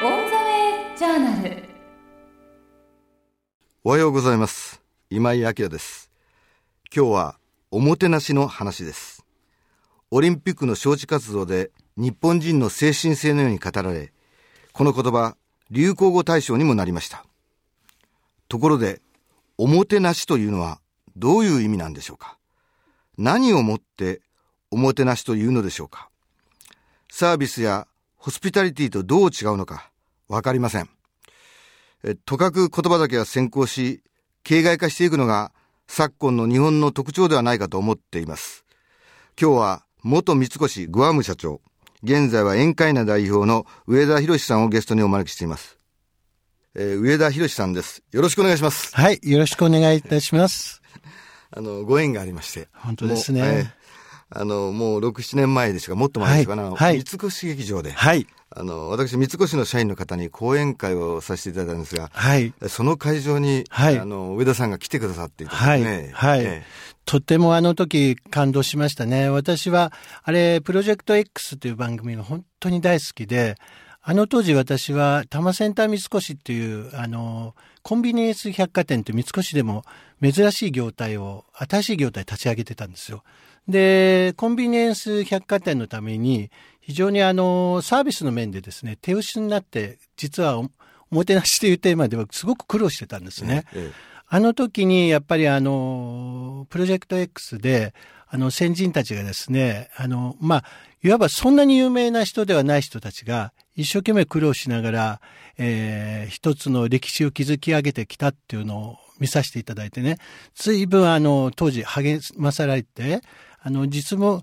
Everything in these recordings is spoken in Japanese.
オンザウェイジャーナル。 おはようございます。今井明です。今日はおもてなしの話です。オリンピックの招致活動で日本人の精神性のように語られ、この言葉流行語大賞にもなりました。ところでおもてなしというのはどういう意味なんでしょうか。何をもっておもてなしというのでしょうか。サービスやホスピタリティとどう違うのかわかりません。とかく言葉だけは先行し、形骸化していくのが昨今の日本の特徴ではないかと思っています。今日は元三越グアム社長、現在は宴会な代表の上田博さんをゲストにお招きしています。上田博さんです。よろしくお願いします。 はい、よろしくお願いいたします。 ご縁がありまして。 本当ですね。 もう6、7年前でしたか、もっと前ですかね、 はい、 三越劇場で、 はい、 私、三越の社員の方に講演会をさせていただいたんですが、 はい、 その会場に、はい、上田さんが来てくださっていたんですね。 はい、はい。とてもあの時感動しましたね。私は、プロジェクト X という番組が本当に大好きで、あの当時私は多摩センター三越っていう、コンビニエンス百貨店という三越でも珍しい業態を、新しい業態立ち上げてたんですよ。で、コンビニエンス百貨店のために、非常にサービスの面でですね、手薄になって、実はおもてなしというテーマではすごく苦労してたんですね。あの時に、やっぱりプロジェクト X で、先人たちがですね、いわばそんなに有名な人ではない人たちが、一生懸命苦労しながら、一つの歴史を築き上げてきたっていうのを見させていただいてね、随分当時励まされて、実も、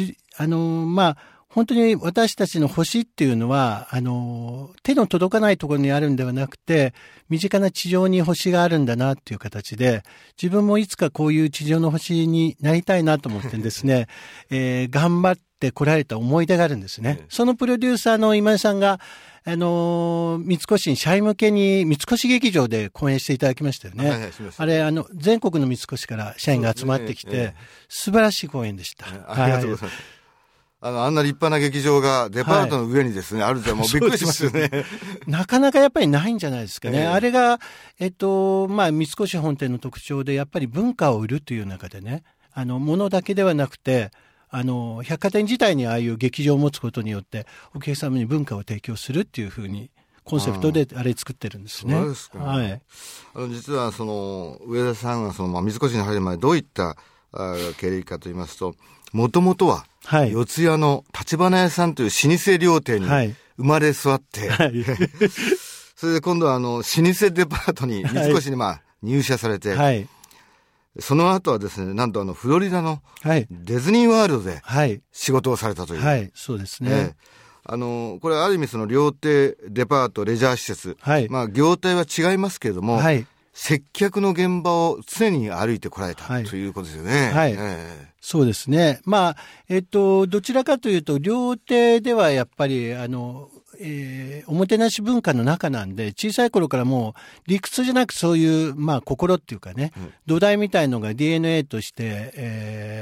本当に私たちの星っていうのは、手の届かないところにあるんではなくて、身近な地上に星があるんだなっていう形で、自分もいつかこういう地上の星になりたいなと思ってですね、頑張って来られた思い出があるんですね。そのプロデューサーの今井さんが、三越に社員向けに三越劇場で講演していただきましたよね。はいはい、全国の三越から社員が集まってきて、素晴らしい講演でした。 ありがとうございます。あんな立派な劇場がデパートの上にですね、あるじゃもうびっくりしますよね。 なかなかやっぱりないんじゃないですかね。あれが、三越本店の特徴で、やっぱり文化を売るという中でね、物だけではなくて、百貨店自体にああいう劇場を持つことによって、お客様に文化を提供するっていうふうに、コンセプトであれ作ってるんですね。 そうですか、ね。 はい。 実は上田さんが三越に入る前、どういった経歴かと言いますと、もともとは、四谷の立花屋さんという老舗料亭に生まれ育って、はい、それで今度は老舗デパートに三越に入社されて、はい、その後はですね、なんとフロリダのディズニーワールドで仕事をされたという。 はい、そうですね。 これはある意味料亭、デパート、レジャー施設、業態は違いますけれども、接客の現場を常に歩いてこられた、ということですよね。 はい。そうですね。どちらかというと、料亭ではやっぱり、おもてなし文化の中なんで、小さい頃からもう理屈じゃなくそういう、心っていうかね、土台みたいのが DNA として、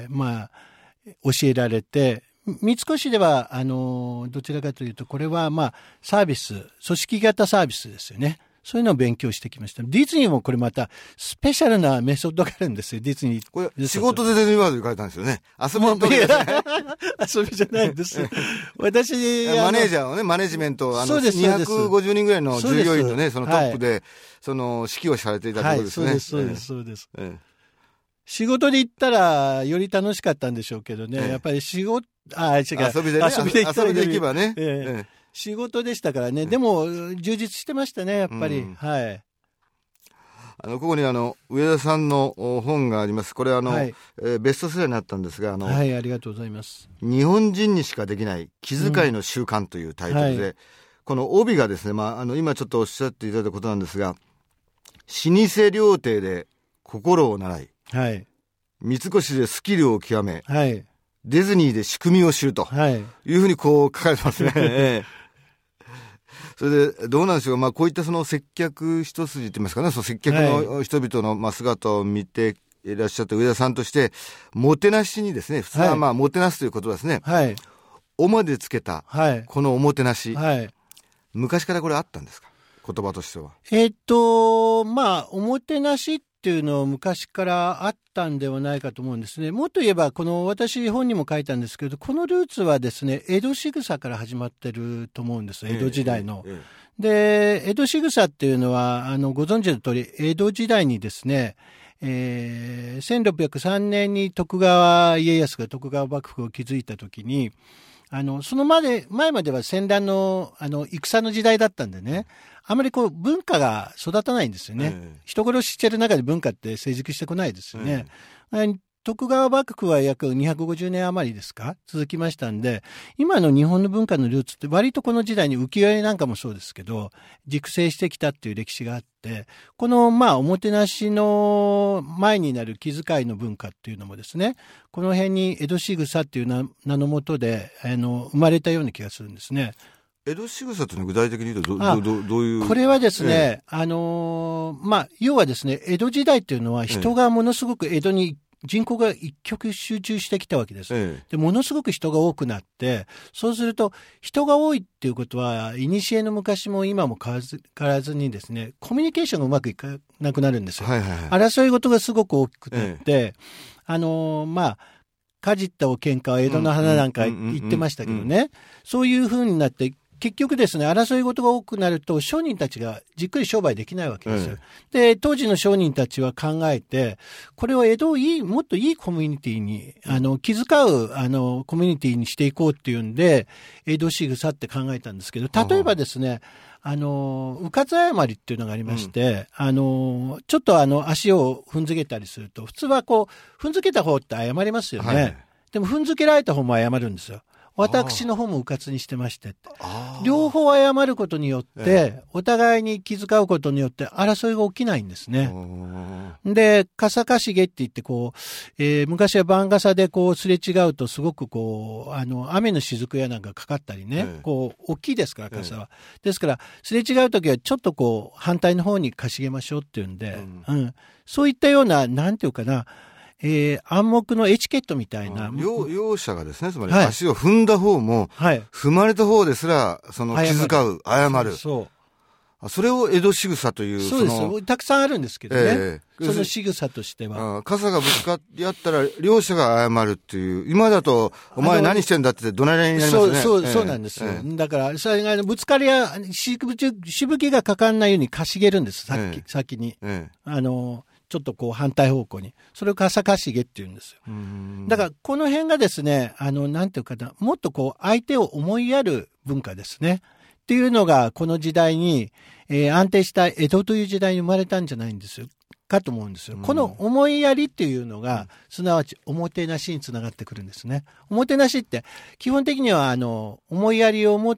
教えられて、三越では、どちらかというと、これはサービス、組織型サービスですよね。そういうのを勉強してきました。ディズニーもこれまたスペシャルなメソッドがあるんですよ、ディズニー。 これ仕事でディズニーワールド行かれたんですよね。遊びの時ですね。 遊びじゃないんです。私、 マネージャーをね、マネジメント、250人ぐらいの従業員のね、そのトップで、指揮をされていたところですね。 そうです。仕事で行ったらより楽しかったんでしょうけどね、やっぱり違う。 遊びで行けばね。 仕事でしたからね。でも、充実してましたね、やっぱり。はい。 ここに上田さんの本があります。これベストセラーになったんですが、 はい、ありがとうございます。 日本人にしかできない気遣いの習慣というタイトルで、この帯がですね、今ちょっとおっしゃっていただいたことなんですが、老舗料亭で心を習い、 はい、 三越でスキルを極め、 はい、 ディズニーで仕組みを知るというふうに書かれてますね。それでどうなんでしょうか、こういった接客一筋といいますかね、接客の人々の姿を見ていらっしゃった上田さんとして、もてなしにですね、普通はもてなすということですね、おまでつけたこのおもてなし、 昔からこれあったんですか、言葉としては。 おもてなしっていうのは昔からあったんではないかと思うんですね。もっと言えば、私本にも書いたんですけど、このルーツはですね、江戸仕草から始まってると思うんです。江戸時代の。で、江戸仕草っていうのは、ご存知の通り、江戸時代にですね、1603年に徳川家康が徳川幕府を築いたときに、その前までは戦乱の、戦の時代だったんでね、あまり文化が育たないんですよね。人殺ししてる中で文化って成熟してこないですよね。徳川幕府は約250年余りですか続きましたんで、今の日本の文化のルーツって割とこの時代に浮世絵なんかもそうですけど、熟成してきたっていう歴史があって、このおもてなしの前になる気遣いの文化っていうのもですね、この辺に江戸仕草っていう名のもとで、生まれたような気がするんですね。 江戸仕草っていうのは具体的に言うとどういう。 これはですね、要はですね、江戸時代っていうのは人がものすごく江戸に人口が一極集中してきたわけです。で、ものすごく人が多くなって、そうすると人が多いっていうことは、古の昔も今も変わらずにですね、コミュニケーションがうまくいかなくなるんですよ。争い事がすごく大きくなって、かじったお喧嘩は江戸の花なんか言ってましたけどね、そういう風になって、結局ですね、争い事が多くなると、商人たちがじっくり商売できないわけですよ。で、当時の商人たちは考えて、これを江戸をもっといいコミュニティに、気遣う、コミュニティにしていこうっていうんで、江戸仕草って考えたんですけど、例えばですね、うかつ謝りっていうのがありまして、ちょっと足を踏んづけたりすると、普通は踏んづけた方って謝りますよね。でも踏んづけられた方も謝るんですよ。私の方もうかつにしてましてって。両方謝ることによって、お互いに気遣うことによって争いが起きないんですね。で、笠かしげって言って昔は番傘ですれ違うとすごく雨の雫やなんかかかったりね、大きいですから傘は。ですから、すれ違うときはちょっと反対の方にかしげましょうっていうんで、そういったような、なんていうかな、暗黙のエチケットみたいな。 容赦がですね、つまり足を踏んだ方も、踏まれた方ですら、気遣う、謝る。それを江戸仕草という。 そうです。たくさんあるんですけどね。その仕草としては。 傘がぶつかり合ったら、両者が謝るっていう。今だと、お前何してんだって怒鳴り合いになりますね。 そうなんですよ。だから、それがぶつかりや、しぶきがかかんないようにかしげるんです、先に。ちょっと反対方向に。それを笠かしげって言うんですよ。だから、この辺がですね、なんていうかな、もっと相手を思いやる文化ですね。っていうのが、この時代に、安定した江戸という時代に生まれたんじゃないんですよ。かと思うんですよ。この思いやりっていうのが、すなわちおもてなしにつながってくるんですね。おもてなしって、基本的には、思いやりを持って、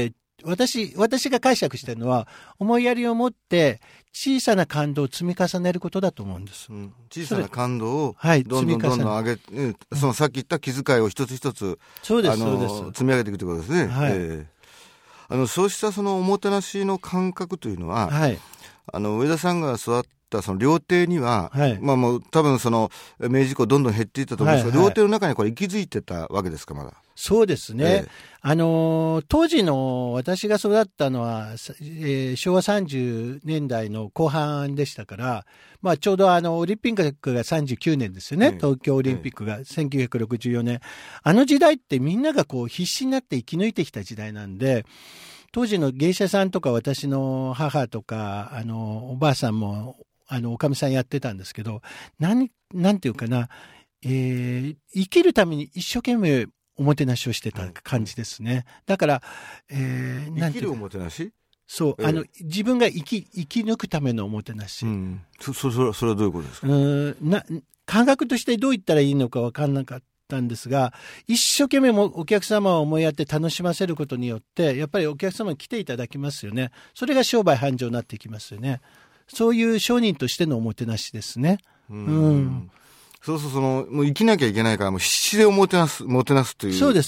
私が解釈してるのは、思いやりを持って小さな感動を積み重ねることだと思うんです。 小さな感動をどんどん上げ、そのさっき言った気遣いを一つ一つ、そうです積み上げていくということですね。そうしたそのおもてなしの感覚というのは、上田さんが育ったその料亭には、もう多分明治以降どんどん減っていったと思うんですが、料亭の中にこれ息づいてたわけですか、まだ。 そうですね。当時の私が育ったのは、昭和30年代の後半でしたから、ちょうどオリンピックが39年ですよね。東京オリンピックが1964年。あの時代ってみんなが必死になって生き抜いてきた時代なんで、当時の芸者さんとか私の母とか、おばあさんも、おかみさんやってたんですけど、なんていうかな、生きるために一生懸命おもてなしをしてた感じですね。だから、 生きるおもてなし？ そう、自分が生き抜くためのおもてなし。 それはどういうことですか？ 感覚としてどう言ったらいいのか分かんなかったんですが、一生懸命お客様を思いやって楽しませることによって、やっぱりお客様に来ていただきますよね。それが商売繁盛になっていきますよね。そういう商人としてのおもてなしですね。 そうもう生きなきゃいけないから、もう必死でもてなすという。 そうです。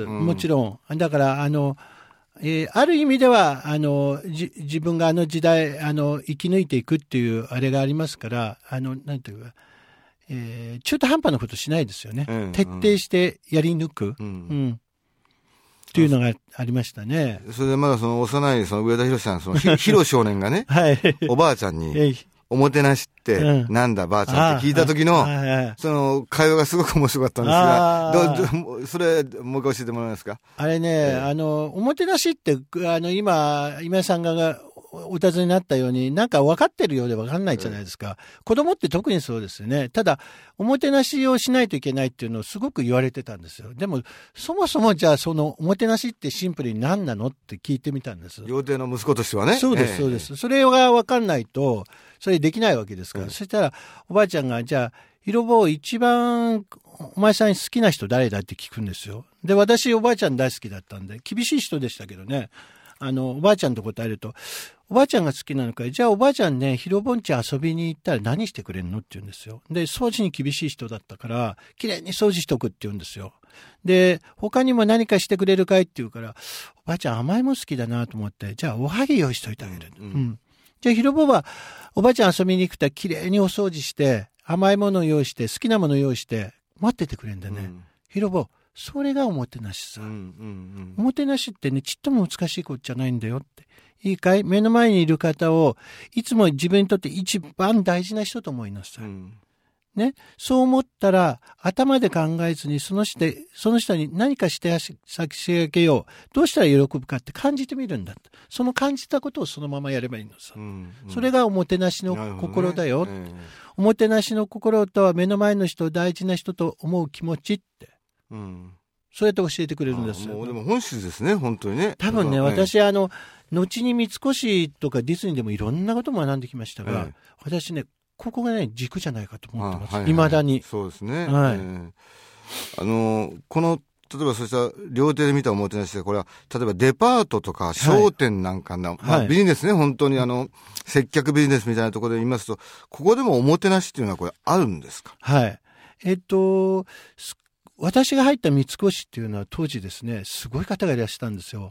もちろん。だから、ある意味では、自分が時代、生き抜いていくっていう、あれがありますから、なんていうか、中途半端なことしないですよね。徹底してやり抜く。 っていうのがありましたね。 それでまだその幼いその上田博さん、そのヒロ少年がね、 はい。 おばあちゃんに、おもてなしってなんだばあちゃんって聞いた時の、その会話がすごく面白かったんですが、それもう一回教えてもらえますか？ あれね、おもてなしって、今井さんがお尋ねになったように、なんか分かってるようで分かんないじゃないですか。子供って特にそうですよね。ただ、おもてなしをしないといけないっていうのをすごく言われてたんですよ。でも、そもそもじゃあそのおもてなしってシンプルに何なのって聞いてみたんです。 料亭の息子としてはね。 そうです、そうです。それが分かんないと、それできないわけですから。そしたら、おばあちゃんが、じゃあ、ヒロボ一番お前さん好きな人誰だって聞くんですよ。で、私おばあちゃん大好きだったんで、厳しい人でしたけどね。おばあちゃんと答えると、おばあちゃんが好きなのか、じゃあおばあちゃんね、ヒロボンち遊びに行ったら何してくれんのって言うんですよ。で、掃除に厳しい人だったから、きれいに掃除しとくって言うんですよ。で、他にも何かしてくれるかいって言うから、おばあちゃん甘いもん好きだなと思って、じゃあおはぎ用意しといてあげる。じゃあヒロボは、おばあちゃん遊びに行くときれいにお掃除して、甘いものを用意して、好きなものを用意して、待っててくれんだね。ヒロボ、それがおもてなしさ。おもてなしってね、ちっとも難しいことじゃないんだよって。いいかい？目の前にいる方を、いつも自分にとって一番大事な人と思いなさい。ね。そう思ったら、頭で考えずに、その人に何かして差し上げよう。どうしたら喜ぶかって感じてみるんだ。その感じたことをそのままやればいいのさ。それがおもてなしの心だよ。おもてなしの心とは目の前の人を大事な人と思う気持ちって。そうやって教えてくれるんですよ。 もうでも本質ですね、本当にね。 多分ね、私後に三越とかディズニーでもいろんなことも学んできましたが、私ね、ここがね、軸じゃないかと思ってます。未だに。 そうですね。この、例えばそうした料亭で見たおもてなしで、これは、例えばデパートとか商店なんかの、ビジネスね、本当に接客ビジネスみたいなところで言いますと、ここでもおもてなしっていうのはこれあるんですか？ はい。私が入った三越っていうのは当時ですね、すごい方がいらっしゃったんですよ。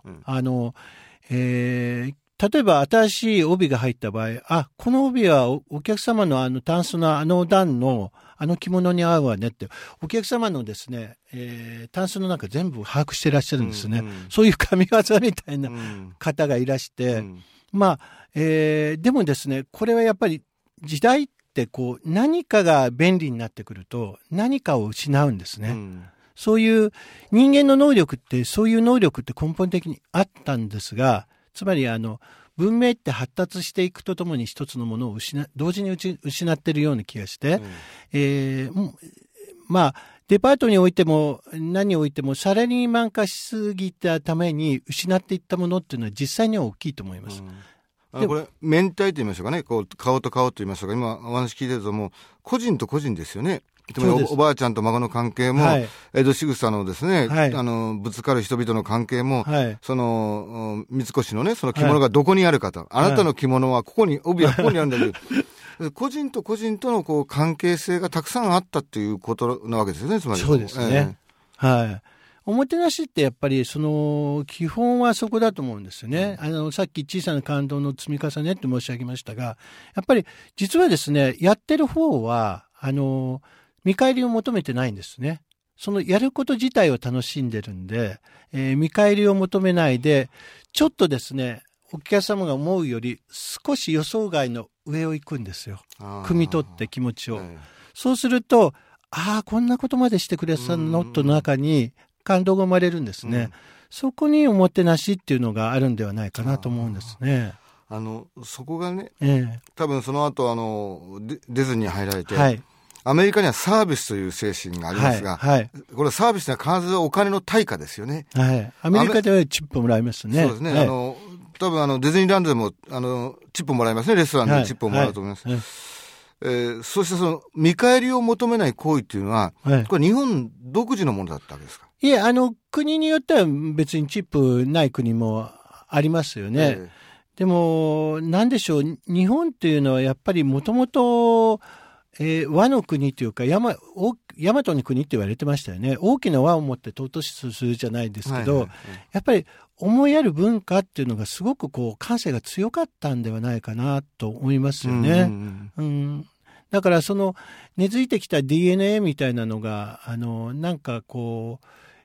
例えば新しい帯が入った場合、この帯はお客様のタンスの段の着物に合うわねって、お客様のですね、タンスの中全部把握してらっしゃるんですね。そういう神業みたいな方がいらして、でもですね、これはやっぱり時代ってこう何かが便利になってくると何かを失うんですね。そういう人間の能力ってそういう能力って根本的にあったんですが、つまり文明って発達していくとともに一つのものを同時に失っているような気がして、デパートにおいても何においてもサラリーマン化しすぎたために失っていったものっていうのは実際には大きいと思います。 これ、面体と言いましょうかね、こう、顔と顔と言いましょうか、今お話聞いてるともう、個人と個人ですよね。おばあちゃんと孫の関係も、江戸仕草のですね、ぶつかる人々の関係も、その、三越のね、その着物がどこにあるかと。あなたの着物はここに、帯はここにあるんだけど、個人と個人とのこう関係性がたくさんあったっていうことなわけですよね、つまり。 そうですね。おもてなしってやっぱりその基本はそこだと思うんですよね。さっき小さな感動の積み重ねって申し上げましたが、やっぱり実はですね、やってる方は、見返りを求めてないんですね。そのやること自体を楽しんでるんで、見返りを求めないで、ちょっとですね、お客様が思うより少し予想外の上を行くんですよ。汲み取って気持ちを。そうすると、こんなことまでしてくれたのとの中に感動が生まれるんですね。そこにおもてなしっていうのがあるんではないかなと思うんですね。 そこがね、多分その後ディズニーに入られて、アメリカにはサービスという精神がありますが、これサービスには必ずお金の対価ですよね。 アメリカではチップもらいますね。 そうですね。多分ディズニーランドでもチップもらいますね。レストランでチップをもらうと思います。そしてその見返りを求めない行為っていうのは、これ日本独自のものだったわけですか？ いえ、国によっては別にチップない国もありますよね。でも、なんでしょう、日本っていうのはやっぱりもともと、和の国というか、大和の国って言われてましたよね。大きな和を持って尊しとするじゃないですけど、やっぱり思いやる文化っていうのがすごくこう、感性が強かったんではないかなと思いますよね。だからその根付いてきた DNA みたいなのが、なんかこう、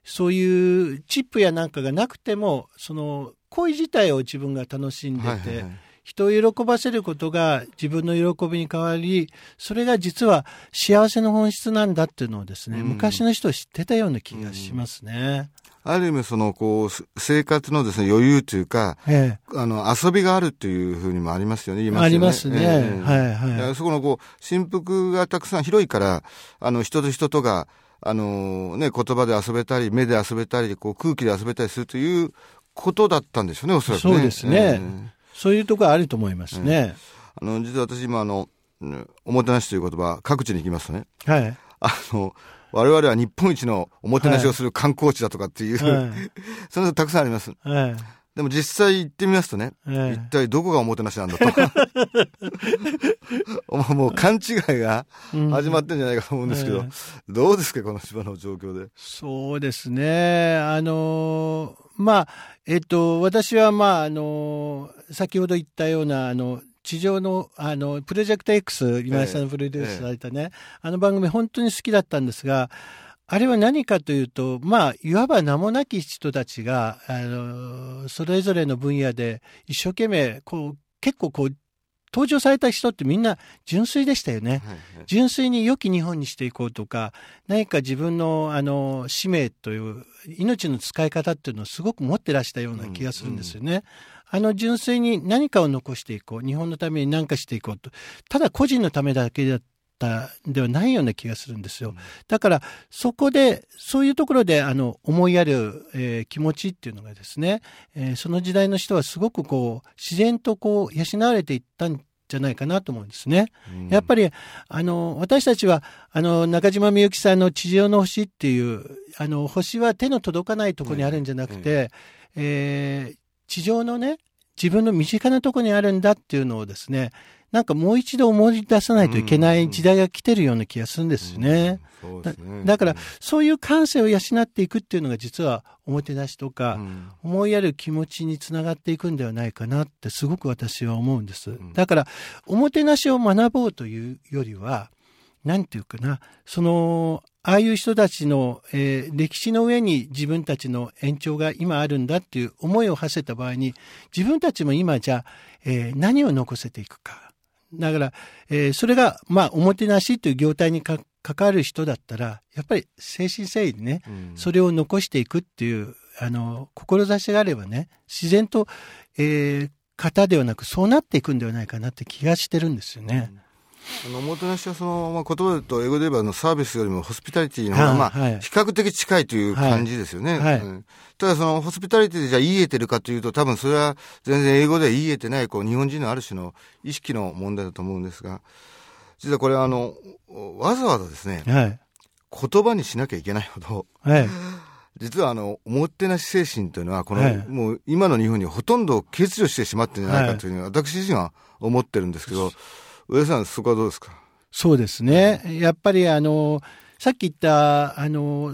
そういうチップやなんかがなくても、その行為自体を自分が楽しんでて、はいはいはい、人を喜ばせることが自分の喜びに変わり、それが実は幸せの本質なんだっていうのをですね、昔の人知ってたような気がしますね。 ある意味生活のですね、余裕というか、遊びがあるというふうにもありますよね、 ありますね。はいはい。 そこの振幅がたくさん広いから、人と人とが、言葉で遊べたり、目で遊べたり、空気で遊べたりするということだったんでしょうね、おそらくね。 そうですね。そういうところあると思いますね。 実は私今おもてなしという言葉、各地に行きますとね。 はい。 我々は日本一のおもてなしをする観光地だとかっていう、はい、そんなのたくさんあります。はい、でも実際行ってみますとね、一体どこがおもてなしなんだと。もう勘違いが始まってんじゃないかと思うんですけど、どうですか、この島の状況で。 そうですね。私は先ほど言ったような、地上の、プロジェクト X、今井さんのプロデュースされたね、番組本当に好きだったんですが、あれは何かというと、いわば名もなき人たちが、それぞれの分野で一生懸命、結構登場された人ってみんな純粋でしたよね。はいはい、純粋に良き日本にしていこうとか、何か自分の使命という命の使い方っていうのをすごく持ってらしたような気がするんですよね。純粋に何かを残していこう、日本のために何かしていこうと、ただ個人のためだけだったではないような気がするんですよ。だからそういうところで思いやる、気持ちっていうのがですね、その時代の人はすごく自然と養われていったんじゃないかなと思うんですね。やっぱり私たちは中島みゆきさんの地上の星っていう星は手の届かないところにあるんじゃなくて、地上のね、自分の身近なところにあるんだっていうのをですね、なんかもう一度思い出さないといけない時代が来てるような気がするんですよね。だからそういう感性を養っていくっていうのが実はおもてなしとか、思いやる気持ちにつながっていくんではないかなってすごく私は思うんです。だからおもてなしを学ぼうというよりは、なんていうかな、ああいう人たちの、歴史の上に自分たちの延長が今あるんだっていう思いを馳せた場合に、自分たちも今じゃあ、何を残せていくか。だから、それが、おもてなしという業態に関わる人だったら、やっぱり誠心誠意にね、それを残していくっていう、志があればね、自然と、型ではなくそうなっていくんではないかなって気がしてるんですよね。 おもてなしは言葉と英語で言えばサービスよりもホスピタリティの方が、比較的近いという感じですよね。ただホスピタリティでじゃあ言い得てるかというと、多分それは全然英語では言い得てない日本人のある種の意識の問題だと思うんですが、実はこれわざわざですね、言葉にしなきゃいけないほど、実はおもてなし精神というのはもう今の日本にほとんど欠如してしまってんじゃないかというのは、私自身は思ってるんですけど、上田さん、そこはどうですか？ そうですね。やっぱりさっき言ったプロ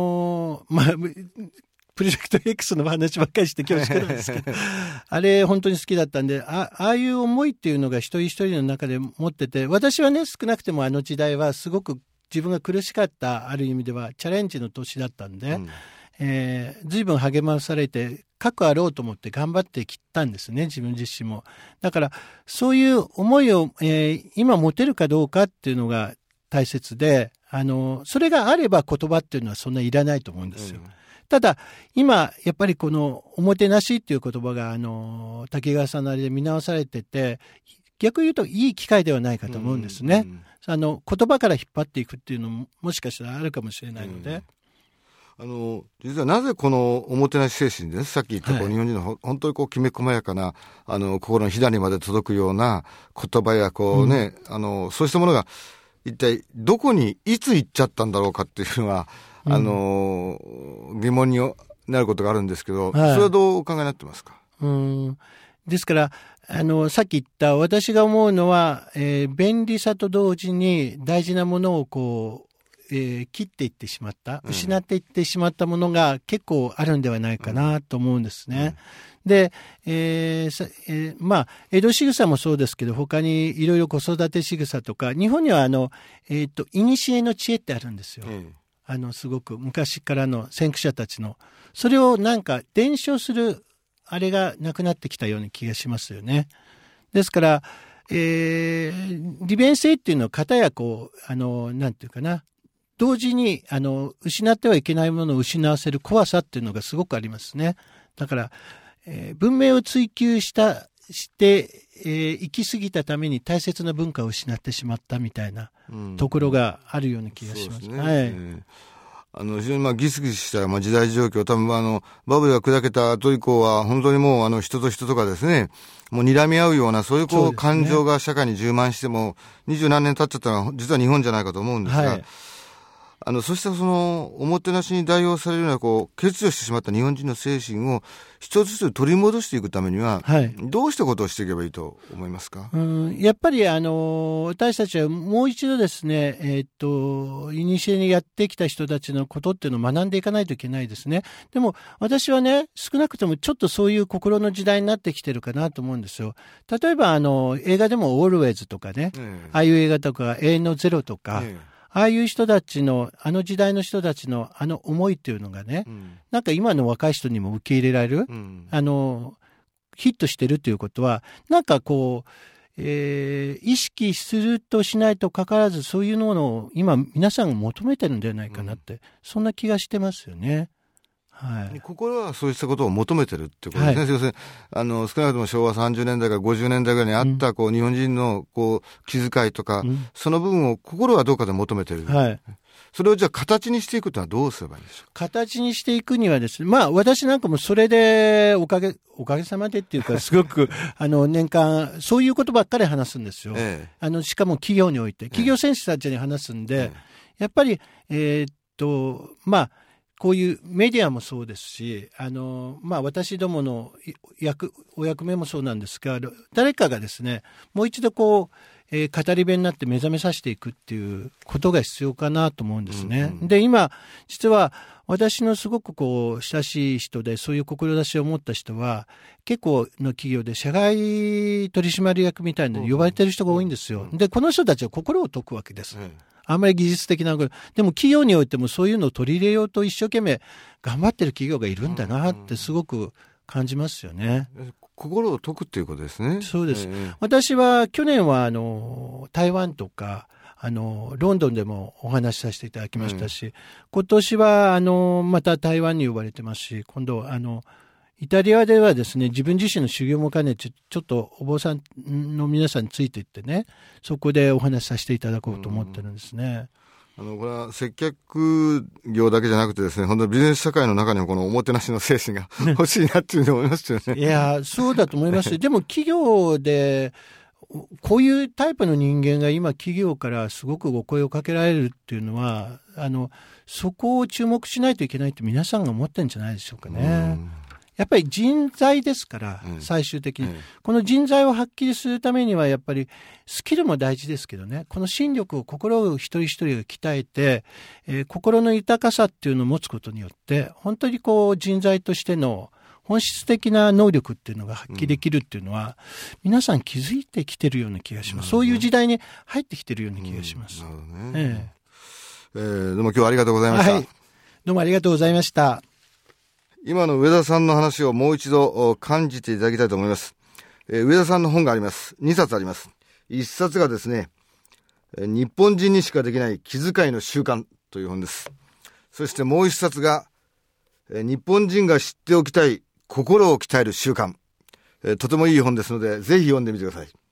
ジェクト X の話ばっかりして恐縮なんですけど、あれ本当に好きだったんで、ああいう思いっていうのが一人一人の中で持ってて、私はね、少なくても時代はすごく自分が苦しかった、ある意味ではチャレンジの年だったんで、随分励まされて、核あろうと思って頑張ってきたんですね、自分自身も。だからそういう思いを、今持てるかどうかっていうのが大切で、それがあれば言葉っていうのはそんないらないと思うんですよ。ただ今やっぱりこのおもてなしっていう言葉が滝川さんのあれで見直されてて、逆に言うといい機会ではないかと思うんですね。言葉から引っ張っていくっていうのももしかしたらあるかもしれないので。 実はなぜこのおもてなし精神でね、さっき言った日本人の本当にきめ細やかな心のひだにまで届くような言葉やそうしたものが一体どこにいつ行っちゃったんだろうかっていうのが、疑問になることがあるんですけど、それはどうお考えになってますか？ ですからさっき言った私が思うのは、便利さと同時に大事なものを切っていってしまった、失っていってしまったものが結構あるんではないかなと思うんですね。で、江戸仕草もそうですけど、他にいろいろ子育て仕草とか、日本には古の知恵ってあるんですよ。 すごく昔からの先駆者たちの、それをなんか伝承する、あれがなくなってきたような気がしますよね。ですから、利便性っていうのは片やこう、なんていうかな、同時に、失ってはいけないものを失わせる怖さっていうのがすごくありますね。だから、文明を追求して、行き過ぎたために大切な文化を失ってしまったみたいなところがあるような気がします。 そうですね。はい。非常にギスギスした時代状況、多分バブルが砕けた後以降は、本当にもう人と人とかですね、もう睨み合うような、そういう感情が社会に充満しても、20何年経っちゃったのは、実は日本じゃないかと思うんですが、はい、そしたおもてなしに代表されるような、欠如してしまった日本人の精神を一つずつ取り戻していくためには、はい、どうしたことをしていけばいいと思いますか？ やっぱり私たちはもう一度ですね、いにしえにやってきた人たちのことっていうのを学んでいかないといけないですね。でも私はね、少なくともちょっとそういう心の時代になってきてるかなと思うんですよ。例えば映画でもオールウェイズとかね、ああいう映画とか永遠のゼロとか、ああいう人たちの、時代の人たちの思いっていうのがね、なんか今の若い人にも受け入れられる、ヒットしてるということは、なんか意識するとしないとかかわらず、そういうものを今皆さんが求めてるんじゃないかなって、そんな気がしてますよね。はい、 心はそうしたことを求めてるってことですね。はい、要するに少なくとも昭和30年代から50年代ぐらいにあった、日本人の気遣いとか、その部分を心はどうかで求めてる。はい、それをじゃあ形にしていくというのはどうすればいいんでしょうか？形にしていくにはですね、私なんかもそれでおかげさまでっていうか、すごく年間そういうことばっかり話すんですよ。しかも企業において、企業選手たちに話すんで、やっぱりこういうメディアもそうですし、私どものお役目もそうなんですが、誰かがですね、もう一度語り部になって目覚めさせていくっていうことが必要かなと思うんですね。で、今、実は私のすごく親しい人で、そういう志を持った人は、結構の企業で社外取締役みたいなのに呼ばれてる人が多いんですよ。で、この人たちは心を解くわけです。あんまり技術的なこと。でも企業においてもそういうのを取り入れようと一生懸命頑張ってる企業がいるんだなってすごく感じますよね。 心を解くっていうことですね。 そうです。私は去年は台湾とかロンドンでもお話しさせていただきましたし、今年はまた台湾に呼ばれてますし、今度イタリアではですね、自分自身の修行も兼ねてちょっとお坊さんの皆さんについていってね、そこでお話しさせていただこうと思ってるんですね。 これは接客業だけじゃなくてですね、本当にビジネス社会の中にもこのおもてなしの精神が欲しいなっていうふうに思いますよね。 いや、そうだと思います。でも企業でこういうタイプの人間が今企業からすごくお声をかけられるっていうのは、そこを注目しないといけないって皆さんが思ってるんじゃないでしょうかね。やっぱり人材ですから、最終的に。この人材を発揮するためには、やっぱりスキルも大事ですけどね、この心力を、心を一人一人が鍛えて、心の豊かさっていうのを持つことによって、本当に人材としての本質的な能力っていうのが発揮できるっていうのは、皆さん気づいてきてるような気がします。そういう時代に入ってきてるような気がします。なるほどね。 どうも今日はありがとうございました。はい。 どうもありがとうございました。 今の上田さんの話をもう一度感じていただきたいと思います。上田さんの本があります。2冊あります。1冊がですね、日本人にしかできない気遣いの習慣という本です。そしてもう1冊が、日本人が知っておきたい心を鍛える習慣。とてもいい本ですので、ぜひ読んでみてください。